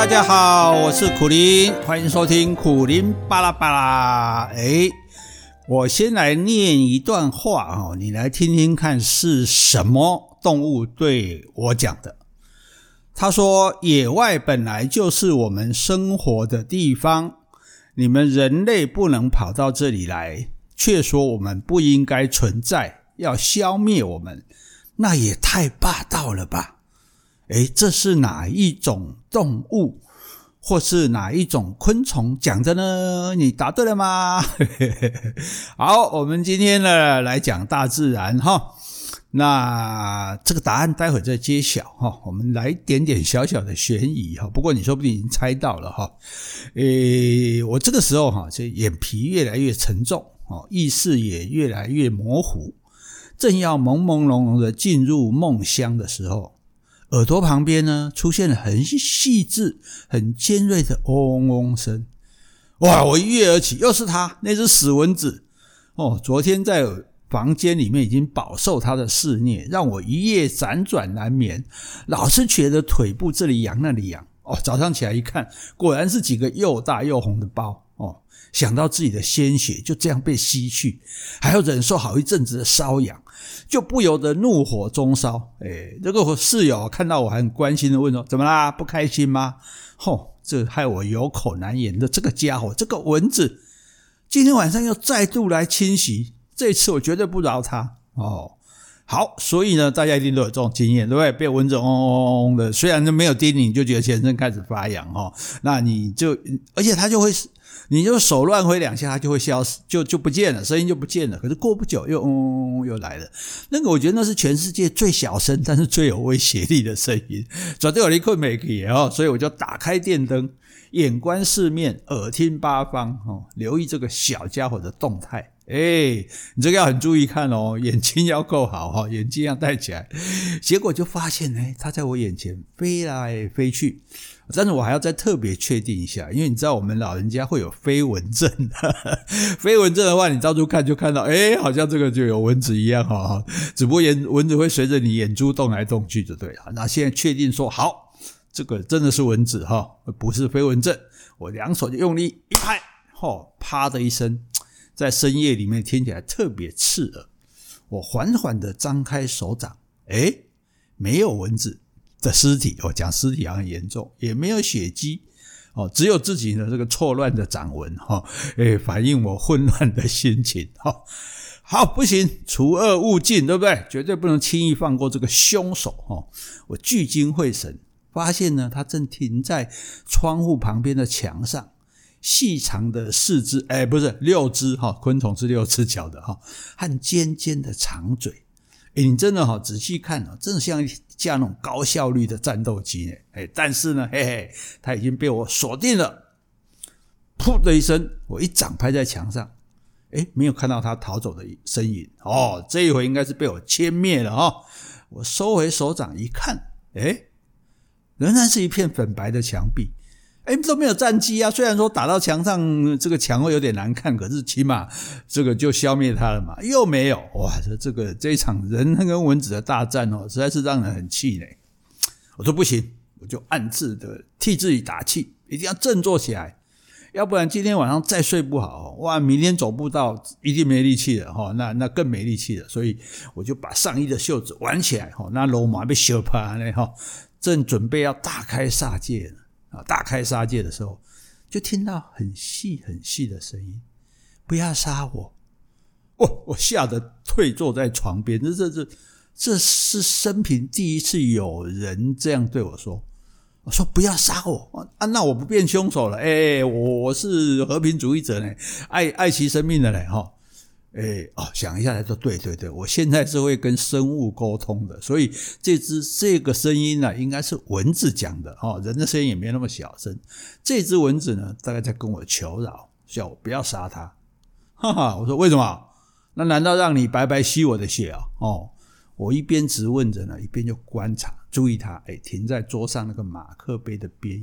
家好，我是苦苓，欢迎收听苦苓巴拉巴拉。我先来念一段话，你来听听看是什么动物对我讲的。他说，野外本来就是我们生活的地方，你们人类不能跑到这里来，却说我们不应该存在，要消灭我们，那也太霸道了吧。这是哪一种动物或是哪一种昆虫讲的呢？你答对了吗？好，我们今天呢来讲大自然哈。那这个答案待会再揭晓哈，我们来点点小小的悬疑哈。不过你说不定已经猜到了哈。我这个时候哈，这眼皮越来越沉重意识也越来越模糊，正要朦朦胧胧的进入梦乡的时候，耳朵旁边呢出现了很细致很尖锐的嗡嗡声。哇，我一跃而起，又是它，那只死蚊子昨天在房间里面已经饱受它的肆虐，让我一夜辗转难眠，老是觉得腿部这里痒那里痒早上起来一看，果然是几个又大又红的包想到自己的鲜血就这样被吸去，还要忍受好一阵子的瘙痒，就不由得怒火中烧。这个室友看到我还很关心的问说，怎么啦，不开心吗？这害我有口难言的这个家伙，这个蚊子今天晚上又再度来侵袭，这次我绝对不饶他好，所以呢，大家一定都有这种经验，对不对？被蚊子嗡嗡嗡的，虽然没有叮你，就觉得全身开始发痒那你就，而且它就会，你就手乱挥两下，它就会消失，就不见了，声音就不见了。可是过不久又嗡嗡嗡又来了，那个我觉得那是全世界最小声，但是最有威胁力的声音，绝对有你困没去所以我就打开电灯，眼观四面，耳听八方留意这个小家伙的动态。你这个要很注意看眼睛要够好眼镜要戴起来。结果就发现它在我眼前飞来飞去，但是我还要再特别确定一下，因为你知道我们老人家会有飞蚊症飞蚊症的话，你到处看就看到好像这个就有蚊子一样只不过蚊子会随着你眼珠动来动去就对了。那现在确定说好，这个真的是蚊子不是飞蚊症，我两手就用力一拍啪的一声，在深夜里面听起来特别刺耳。我缓缓地张开手掌，没有蚊子的尸体，我讲尸体好像很严重，也没有血迹只有自己的这个错乱的掌纹反映我混乱的心情好，不行，除恶务尽，对不对？绝对不能轻易放过这个凶手我聚精会神，发现呢，他正停在窗户旁边的墙上，细长的四肢不是六只昆虫是六只脚的和尖尖的长嘴你真的仔细看真的像一架那种高效率的战斗机但是呢它已经被我锁定了。噗的一声，我一掌拍在墙上没有看到它逃走的身影这一回应该是被我歼灭了我收回手掌一看仍然是一片粉白的墙壁都没有战机虽然说打到墙上这个墙会有点难看，可是起码这个就消灭它了嘛，又没有哇，这一场人跟蚊子的大战实在是让人很气馁。我说不行，我就暗自的替自己打气，一定要振作起来，要不然今天晚上再睡不好哇，明天走步道一定没力气了那更没力气了。所以我就把上衣的袖子挽起来那罗马被修怕正准备要大开杀戒了大开杀戒的时候，就听到很细很细的声音，不要杀我我吓得退坐在床边，这是生平第一次有人这样对我说。我说不要杀我那我不变凶手了我是和平主义者呢，爱惜生命的呢想一下才说对，我现在是会跟生物沟通的，所以这个声音呢应该是蚊子讲的人的声音也没那么小声。这只蚊子呢大概在跟我求饶，叫我不要杀它。我说为什么？那难道让你白白吸我的血我一边质问着呢，一边就观察注意它停在桌上那个马克杯的边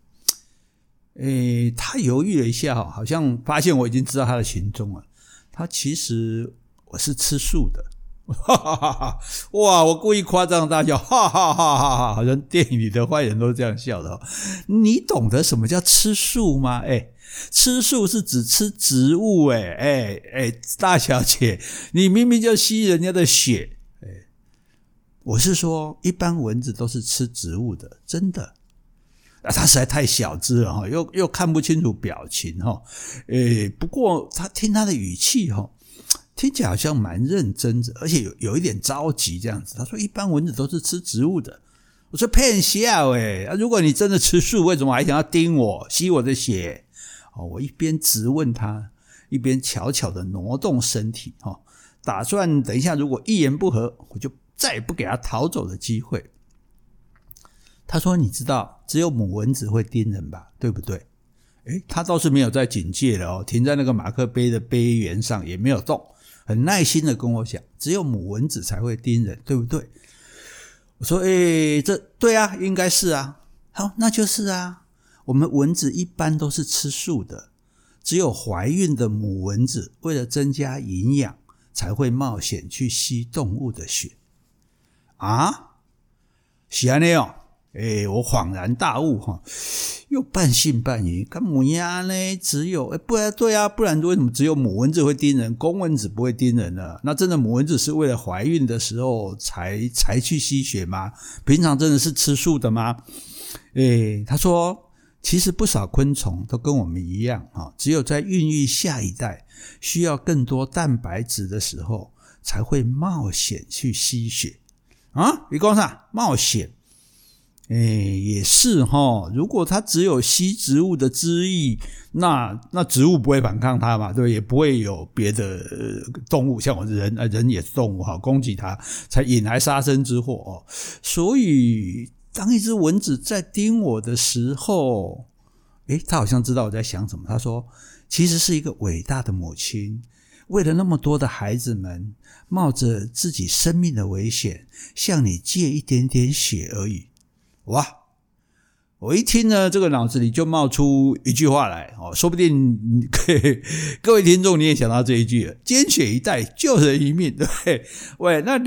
缘。他犹豫了一下好像发现我已经知道他的行踪了。他其实我是吃素的哈哈哈哈！哇，我故意夸张大笑，哈哈哈哈！好像电影里的坏人都这样笑的。你懂得什么叫吃素吗？吃素是指吃植物，大小姐，你明明就吸人家的血，我是说，一般蚊子都是吃植物的，真的。他实在太小只了又看不清楚表情不过听他的语气听起来好像蛮认真的，而且有一点着急这样子。他说一般蚊子都是吃植物的。我说骗笑如果你真的吃素，为什么还想要叮我吸我的血？我一边质问他，一边悄悄的挪动身体打算等一下如果一言不合，我就再也不给他逃走的机会。他说你知道只有母蚊子会叮人吧，对不对？他倒是没有在警戒了停在那个马克杯的杯缘上也没有动，很耐心的跟我讲只有母蚊子才会叮人，对不对？我说这对啊，应该是啊。好，那就是啊，我们蚊子一般都是吃素的，只有怀孕的母蚊子为了增加营养才会冒险去吸动物的血啊。是这样我恍然大悟又半信半疑，干母鸭呢？只有不然对啊，不然为什么只有母蚊子会叮人，公蚊子不会叮人呢？那真的母蚊子是为了怀孕的时候才去吸血吗？平常真的是吃素的吗？他说其实不少昆虫都跟我们一样只有在孕育下一代需要更多蛋白质的时候才会冒险去吸血啊。你说啥？冒险？也是如果它只有吸植物的汁液，那植物不会反抗它嘛，对，也不会有别的动物像我人也是动物攻击它，才引来杀身之祸所以当一只蚊子在叮我的时候，它好像知道我在想什么。他说其实是一个伟大的母亲为了那么多的孩子们冒着自己生命的危险向你借一点点血而已。哇！我一听呢，这个脑子里就冒出一句话来说不定各位听众你也想到这一句了，捐血一袋救人一命，对不对？喂，那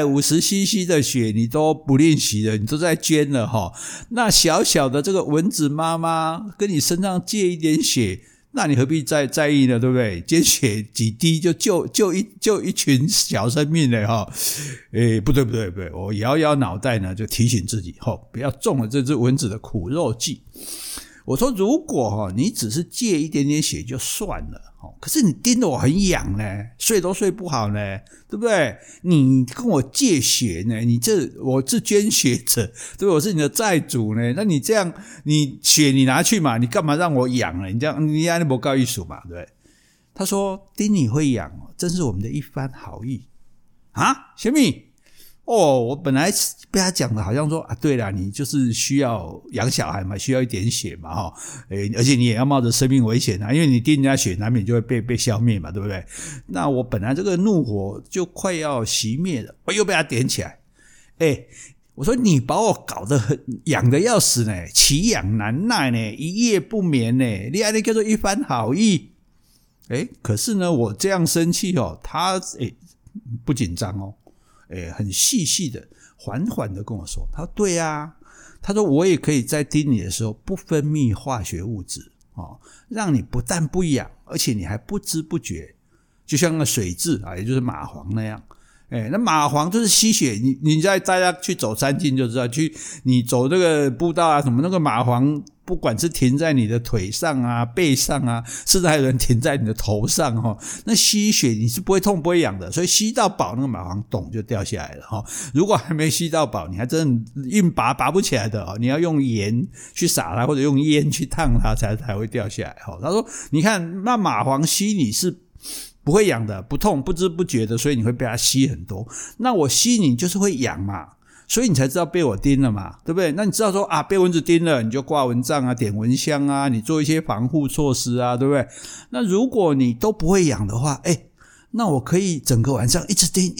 250cc 的血你都不吝惜了，你都在捐了那小小的这个蚊子妈妈跟你身上借一点血，那你何必再在意呢，对不对？捐血几滴就救一群小生命了不对，我摇摇脑袋呢，就提醒自己不要中了这只蚊子的苦肉计。我说如果你只是借一点点血就算了可是你叮得我很痒呢，睡都睡不好呢，对不对？你跟我借血呢，我是捐血者，对不对？我是你的债主呢，那你这样你血你拿去嘛，你干嘛让我痒呢？你这样你还不够意思嘛，对不对？他说叮你会痒真是我们的一番好意啊。什么？我本来被他讲的好像说对啦，你就是需要养小孩嘛，需要一点血嘛而且你也要冒着生命危险因为你叮人家血难免就会被消灭嘛，对不对？那我本来这个怒火就快要熄灭了，我又被他点起来我说你把我搞得很痒的要死呢，奇痒难耐呢，一夜不眠呢，你还能叫做一番好意可是呢我这样生气他不紧张很细细的缓缓的跟我说，他说对啊，他说我也可以在叮你的时候不分泌化学物质让你不但不痒，而且你还不知不觉，就像那水蛭也就是蚂蟥那样那蚂蟥就是吸血，你在大家去走山径就知道，你走那个步道什么，那个蚂蟥不管是停在你的腿上背上甚至还有人停在你的头上那吸血你是不会痛不会痒的，所以吸到饱那个蚂蟥咚就掉下来了如果还没吸到饱，你还真的硬拔不起来的你要用盐去撒它，或者用烟去烫它才会掉下来他说你看那蚂蟥吸你是不会痒的，不痛，不知不觉的，所以你会被它吸很多。那我吸你就是会痒嘛，所以你才知道被我叮了嘛，对不对？那你知道说被蚊子叮了，你就挂蚊帐点蚊香你做一些防护措施对不对？那如果你都不会痒的话那我可以整个晚上一直叮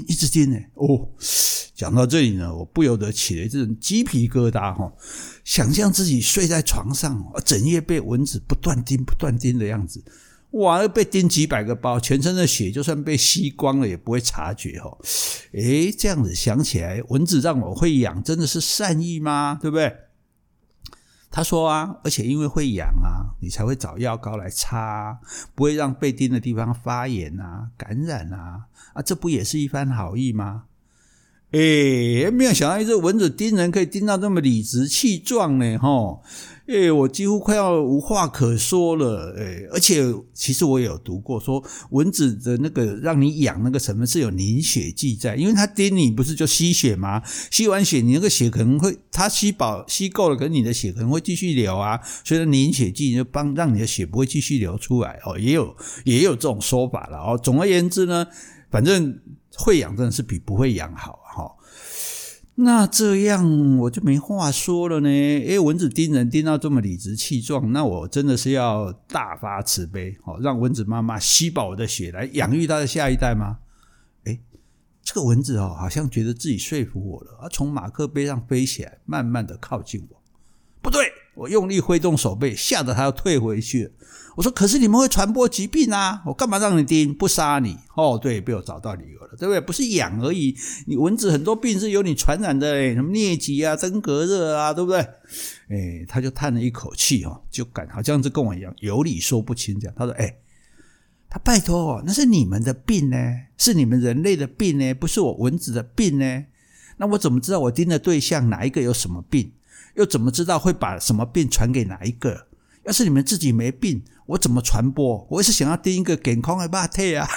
讲到这里呢，我不由得起了这种鸡皮疙瘩想象自己睡在床上整夜被蚊子不断叮的样子， 哇，被叮几百个包，全身的血就算被吸光了也不会察觉哦。这样子想起来，蚊子让我会痒，真的是善意吗？对不对？他说啊，而且因为会痒啊，你才会找药膏来擦啊，不会让被叮的地方发炎啊、感染啊，这不也是一番好意吗？没有想到一只蚊子叮人可以叮到这么理直气壮呢齁。我几乎快要无话可说了。而且其实我也有读过说蚊子的那个让你痒那个成分是有凝血剂在，因为它叮你不是就吸血吗？吸完血你那个血可能会它吸够了，可是你的血可能会继续流啊，所以凝血剂就让你的血不会继续流出来也有这种说法了总而言之呢，反正会痒真的是比不会痒好那这样我就没话说了呢。蚊子叮人叮到这么理直气壮，那我真的是要大发慈悲让蚊子妈妈吸饱我的血来养育它的下一代吗？这个蚊子好像觉得自己说服我了，从马克杯上飞起来，慢慢的靠近我。不对，我用力挥动手背，吓得它要退回去了。我说可是你们会传播疾病啊，我干嘛让你叮不杀你？对，被我找到理由了，对不对？不是痒而已，你蚊子很多病是由你传染的什么疟疾啊、登革热啊，对不对？他就叹了一口气就好像是跟我一样有理说不清这样。他说他拜托那是你们的病呢，是你们人类的病呢，不是我蚊子的病呢。那我怎么知道我叮的对象哪一个有什么病？又怎么知道会把什么病传给哪一个？要是你们自己没病，我怎么传播？我也是想要叮一个健康的肉体啊。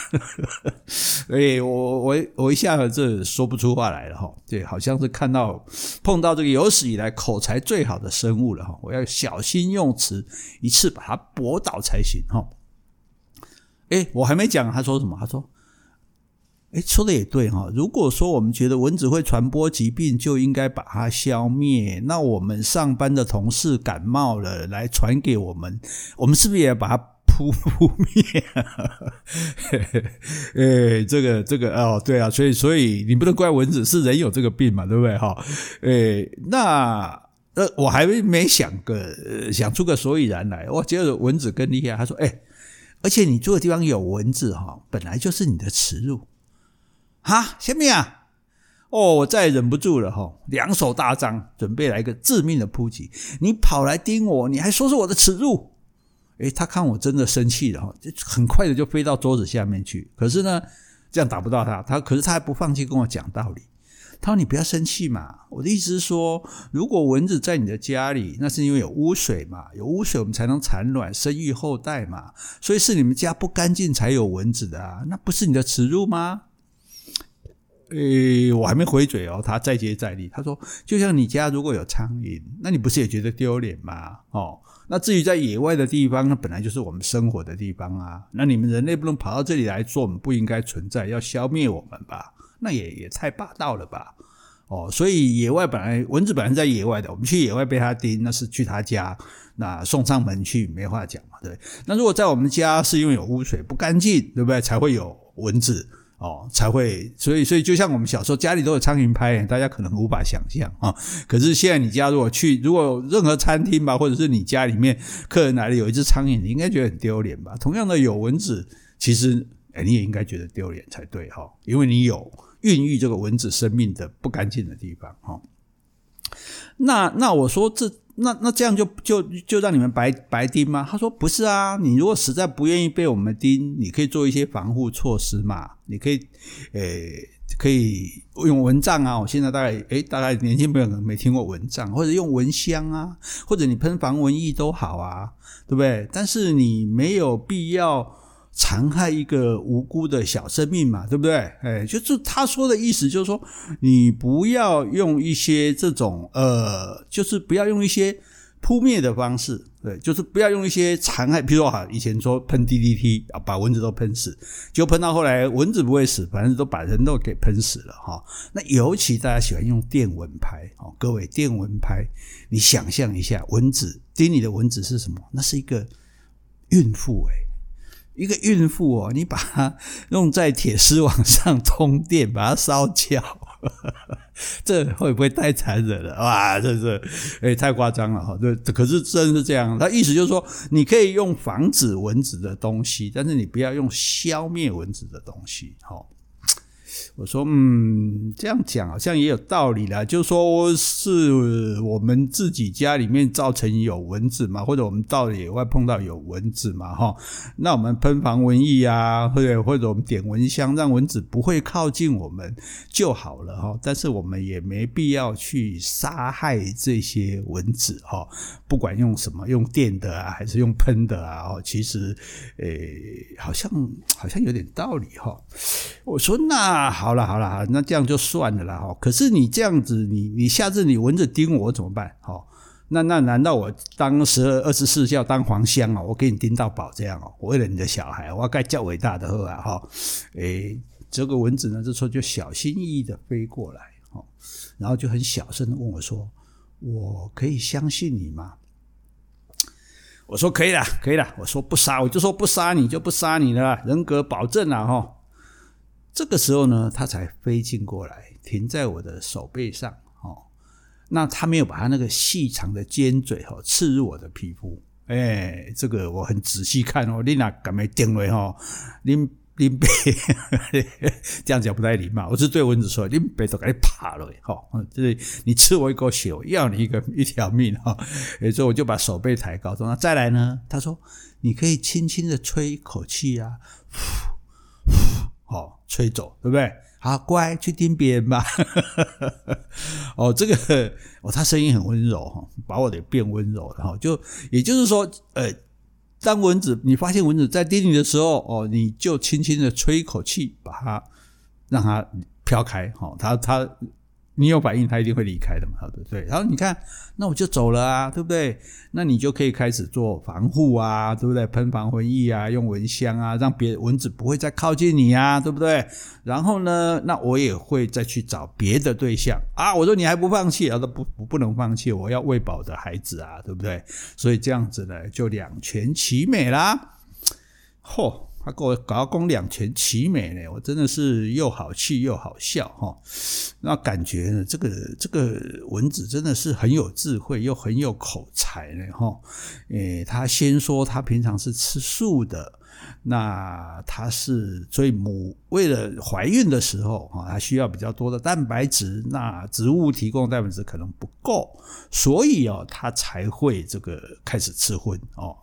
我一下这说不出话来了对，好像是碰到这个有史以来口才最好的生物了我要小心用词，一次把它驳倒才行我还没讲他说什么，他说说的也对如果说我们觉得蚊子会传播疾病，就应该把它消灭，那我们上班的同事感冒了来传给我们是不是也把它扑灭这个对啊，所以你不能怪蚊子，是人有这个病嘛，对不对那我还没想出个所以然来，我觉得蚊子更厉害。他说而且你住的地方有蚊子本来就是你的耻辱什么呀？我再也忍不住了两手大张，准备来个致命的扑击。你跑来叮我，你还说是我的耻辱？他看我真的生气了很快的就飞到桌子下面去。可是呢，这样打不到可是他还不放弃跟我讲道理。他说你不要生气嘛，我的意思是说，如果蚊子在你的家里，那是因为有污水嘛，有污水我们才能产卵生育后代嘛，所以是你们家不干净才有蚊子的那不是你的耻辱吗？我还没回嘴他再接再厉。他说就像你家如果有苍蝇，那你不是也觉得丢脸吗？那至于在野外的地方，那本来就是我们生活的地方那你们人类不能跑到这里来做我们不应该存在，要消灭我们吧，那也太霸道了吧所以蚊子本来在野外的，我们去野外被它叮，那是去他家，那送上门去没话讲嘛，对不对？那如果在我们家是因为有污水不干净，对不对？才会有蚊子才会，所以就像我们小时候家里都有苍蝇拍，大家可能无法想象可是现在你家如果有任何餐厅吧，或者是你家里面客人来了有一只苍蝇，你应该觉得很丢脸吧？同样的有蚊子，其实你也应该觉得丢脸才对因为你有孕育这个蚊子生命的不干净的地方那我说那这样就让你们白叮吗？他说不是啊，你如果实在不愿意被我们叮，你可以做一些防护措施嘛，你可以用蚊帐我现在大概年轻朋友可能没听过蚊帐，或者用蚊香或者你喷防蚊液都好对不对？但是你没有必要残害一个无辜的小生命嘛，对不对？就是他说的意思就是说，你不要用一些这种就是不要用一些扑灭的方式，对，就是不要用一些残害，比如说以前说喷 DDT 把蚊子都喷死，结果喷到后来蚊子不会死，反正都把人都给喷死了那尤其大家喜欢用电蚊拍各位电蚊拍，你想象一下，蚊子叮你的蚊子是什么？那是一个孕妇一个孕妇你把它用在铁丝网上通电，把它烧焦这会不会太残忍了？哇，这是太夸张了哈！这可是真是这样，他意思就是说，你可以用防止蚊子的东西，但是你不要用消灭蚊子的东西，哈。我说这样讲好像也有道理啦，就是说是我们自己家里面造成有蚊子嘛，或者我们到野外碰到有蚊子嘛那我们喷防蚊液啊，或者我们点蚊香，让蚊子不会靠近我们就好了但是我们也没必要去杀害这些蚊子不管用什么，用电的啊还是用喷的啊其实好像有点道理我说那好了，那这样就算了啦可是你这样子，你下次你蚊子叮我怎么办那难道我当24孝当黄香我给你叮到饱这样我为了你的小孩，我该叫伟大的这个蚊子呢，这时候就小心翼翼的飞过来然后就很小声的问我说：“我可以相信你吗？”我说可以啦，我说不杀，我就说不杀你就不杀你了啦，人格保证啦这个时候呢，他才飞进过来，停在我的手背上那他没有把他那个细长的尖嘴刺入我的皮肤这个我很仔细看你哪敢没定位恁背这样讲不太礼貌，我是对蚊子说恁背都给你爬了就是你吃我一口血，我要你一条命所以我就把手背抬高，那再来呢，他说你可以轻轻的吹一口气啊，吹走，对不对？好，乖，去叮别人吧。这个他声音很温柔把我给变温柔了也就是说当蚊子你发现蚊子在叮你的时候你就轻轻的吹一口气，把它让它飘开你有反应它一定会离开的嘛，对不对？然后你看那我就走了啊，对不对？那你就可以开始做防护啊，对不对？喷防蚊液啊，用蚊香啊，让别的蚊子不会再靠近你啊，对不对？然后呢，那我也会再去找别的对象啊。我说你还不放弃啊？不能放弃，我要喂饱我的孩子啊，对不对？所以这样子呢，就两全其美啦。他跟我搞到两全其美呢，我真的是又好气又好笑那感觉呢，这个蚊子真的是很有智慧又很有口才呢他先说他平常是吃素的，那他是所以为了怀孕的时候它需要比较多的蛋白质，那植物提供的蛋白质可能不够，所以他才会这个开始吃荤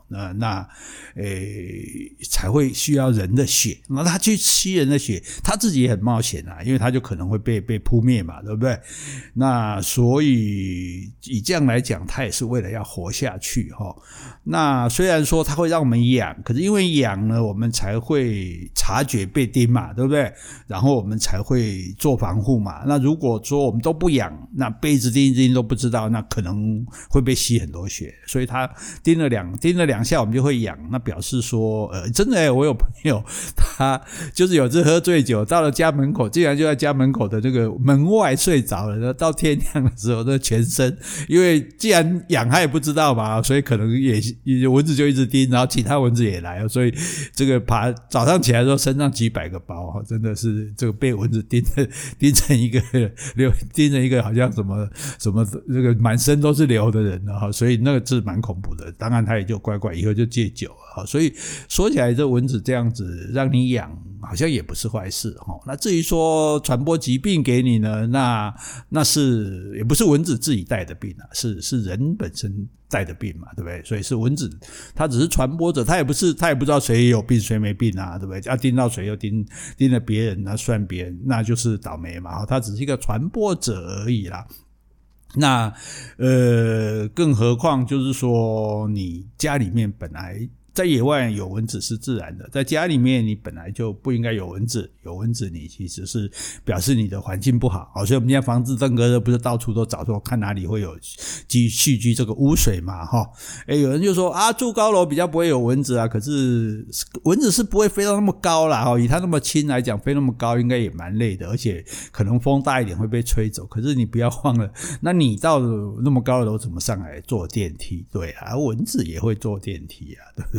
才会需要人的血，那他去吸人的血，他自己也很冒险因为他就可能会被扑灭嘛，对不对？那所以以这样来讲，他也是为了要活下去那虽然说他会让我们痒，可是因为痒呢，我们才会察觉被叮嘛，对不对？然后我们才会做防护嘛。那如果说我们都不痒，那被一直叮都不知道，那可能会被吸很多血。所以他叮了两下，我们就会痒。那表示说，真的我有朋友，他就是有次喝醉酒，到了家门口，竟然就在家门口的这个门外睡着了。到天亮的时候，那全身，因为既然痒他也不知道嘛，所以可能也蚊子就一直叮，然后其他蚊子也来，所以这个早上起来的时候身上几百个包，真的是这个被蚊子叮成一个好像什么这个满身都是瘤的人了所以那个是蛮恐怖的。当然他也就乖乖以后就戒酒了所以说起来这蚊子这样子让你痒好像也不是坏事那至于说传播疾病给你呢，那是也不是蚊子自己带的病是人本身带的病嘛，对不对？所以是蚊子它只是传播者，它也不知道谁有病谁没病对不对？叮到谁又叮了别人，那算别人，那就是倒霉嘛它只是一个传播者而已啦。那更何况就是说你家里面本来在野外有蚊子是自然的，在家里面你本来就不应该有蚊子，有蚊子你其实是表示你的环境不好所以我们现在防治登革热不是到处都找说看哪里会有蓄积这个污水嘛有人就说住高楼比较不会有蚊子可是蚊子是不会飞到那么高啦以它那么轻来讲，飞那么高应该也蛮累的，而且可能风大一点会被吹走。可是你不要忘了，那你到那么高的楼怎么上来坐电梯？对蚊子也会坐电梯对不对？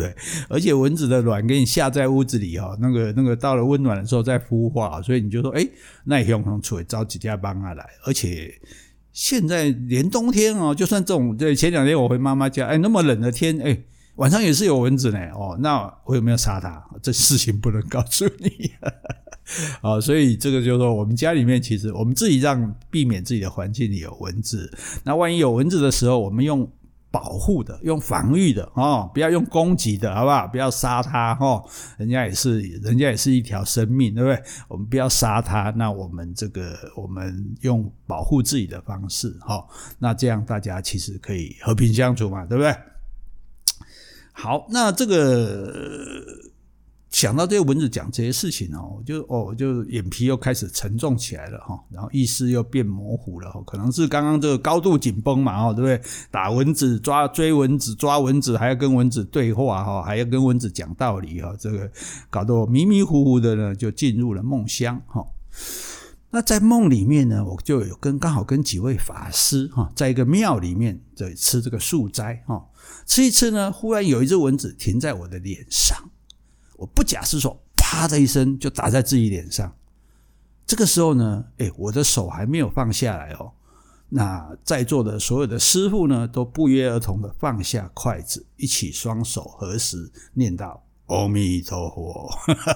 对？而且蚊子的卵给你下在屋子里那个到了温暖的时候再孵化，所以你就说那也用出来找几家帮他来。而且现在连冬天就算这种，对，前2天我回妈妈家，那么冷的天，晚上也是有蚊子呢，那我有没有杀它？这事情不能告诉你。所以这个就是说，我们家里面其实我们自己避免自己的环境里有蚊子。那万一有蚊子的时候，我们用保护的，用防御的不要用攻击的，好不好？不要杀它人家也是一条生命，对不对？我们不要杀它，那我们用保护自己的方式那这样大家其实可以和平相处嘛，对不对？好，那这个想到这些蚊子讲这些事情我就眼皮又开始沉重起来了然后意识又变模糊了可能是刚刚这个高度紧绷嘛对不对？打蚊子、追蚊子、抓蚊子，还要跟蚊子对话还要跟蚊子讲道理这个搞得我迷迷糊糊的呢，就进入了梦乡那在梦里面呢，我就有刚好跟几位法师在一个庙里面吃这个素斋吃一吃呢，忽然有一只蚊子停在我的脸上，我不假思索，啪的一声就打在自己脸上。这个时候呢，我的手还没有放下来那在座的所有的师父呢，都不约而同的放下筷子，一起双手合十，念道阿弥陀佛。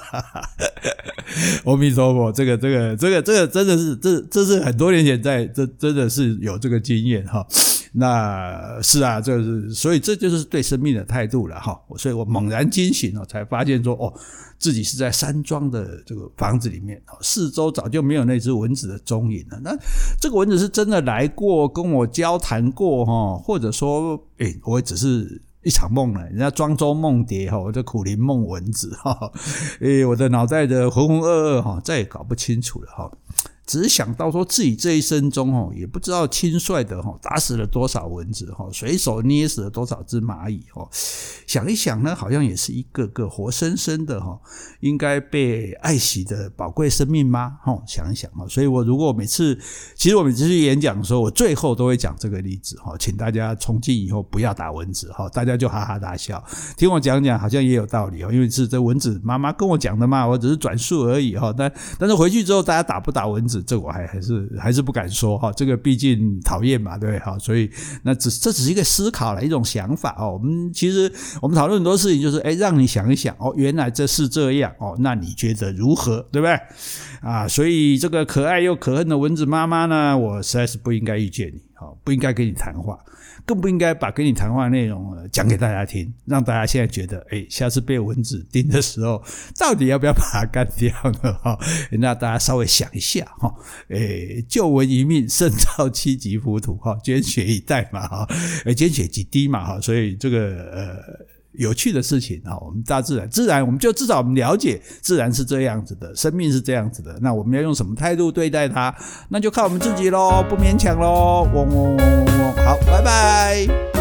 阿弥陀佛，这个真的是这是很多年前这真的是有这个经验那是啊，所以这就是对生命的态度了所以我猛然惊醒才发现说自己是在山庄的这个房子里面四周早就没有那只蚊子的踪影了。那这个蚊子是真的来过跟我交谈过或者说我只是一场梦了，人家庄周梦蝶我这苦灵梦蚊子我的脑袋的浑浑噩噩再也搞不清楚了只是想到说自己这一生中也不知道轻率的打死了多少蚊子随手捏死了多少只蚂蚁想一想呢，好像也是一个个活生生的应该被爱惜的宝贵生命吗想一想所以如果其实我每次去演讲的时候，我最后都会讲这个例子请大家从今以后不要打蚊子大家就哈哈大笑，听我讲好像也有道理因为是这蚊子妈妈跟我讲的嘛，我只是转述而已但是回去之后大家打不打蚊子，这我还是不敢说这个毕竟讨厌嘛，对不对所以这只是一个思考了一种想法其实我们讨论很多事情就是让你想一想原来这是这样那你觉得如何，对不对所以这个可爱又可恨的蚊子妈妈呢，我实在是不应该遇见你不应该跟你谈话，更不应该把跟你谈话的内容讲给大家听，让大家现在觉得下次被蚊子叮的时候到底要不要把它干掉呢那大家稍微想一下救蚊一命胜造七级浮屠捐血一袋嘛捐血几滴嘛所以这个有趣的事情我们大自然我们就至少我们了解自然是这样子的，生命是这样子的，那我们要用什么态度对待它，那就靠我们自己咯，不勉强咯。好，拜拜。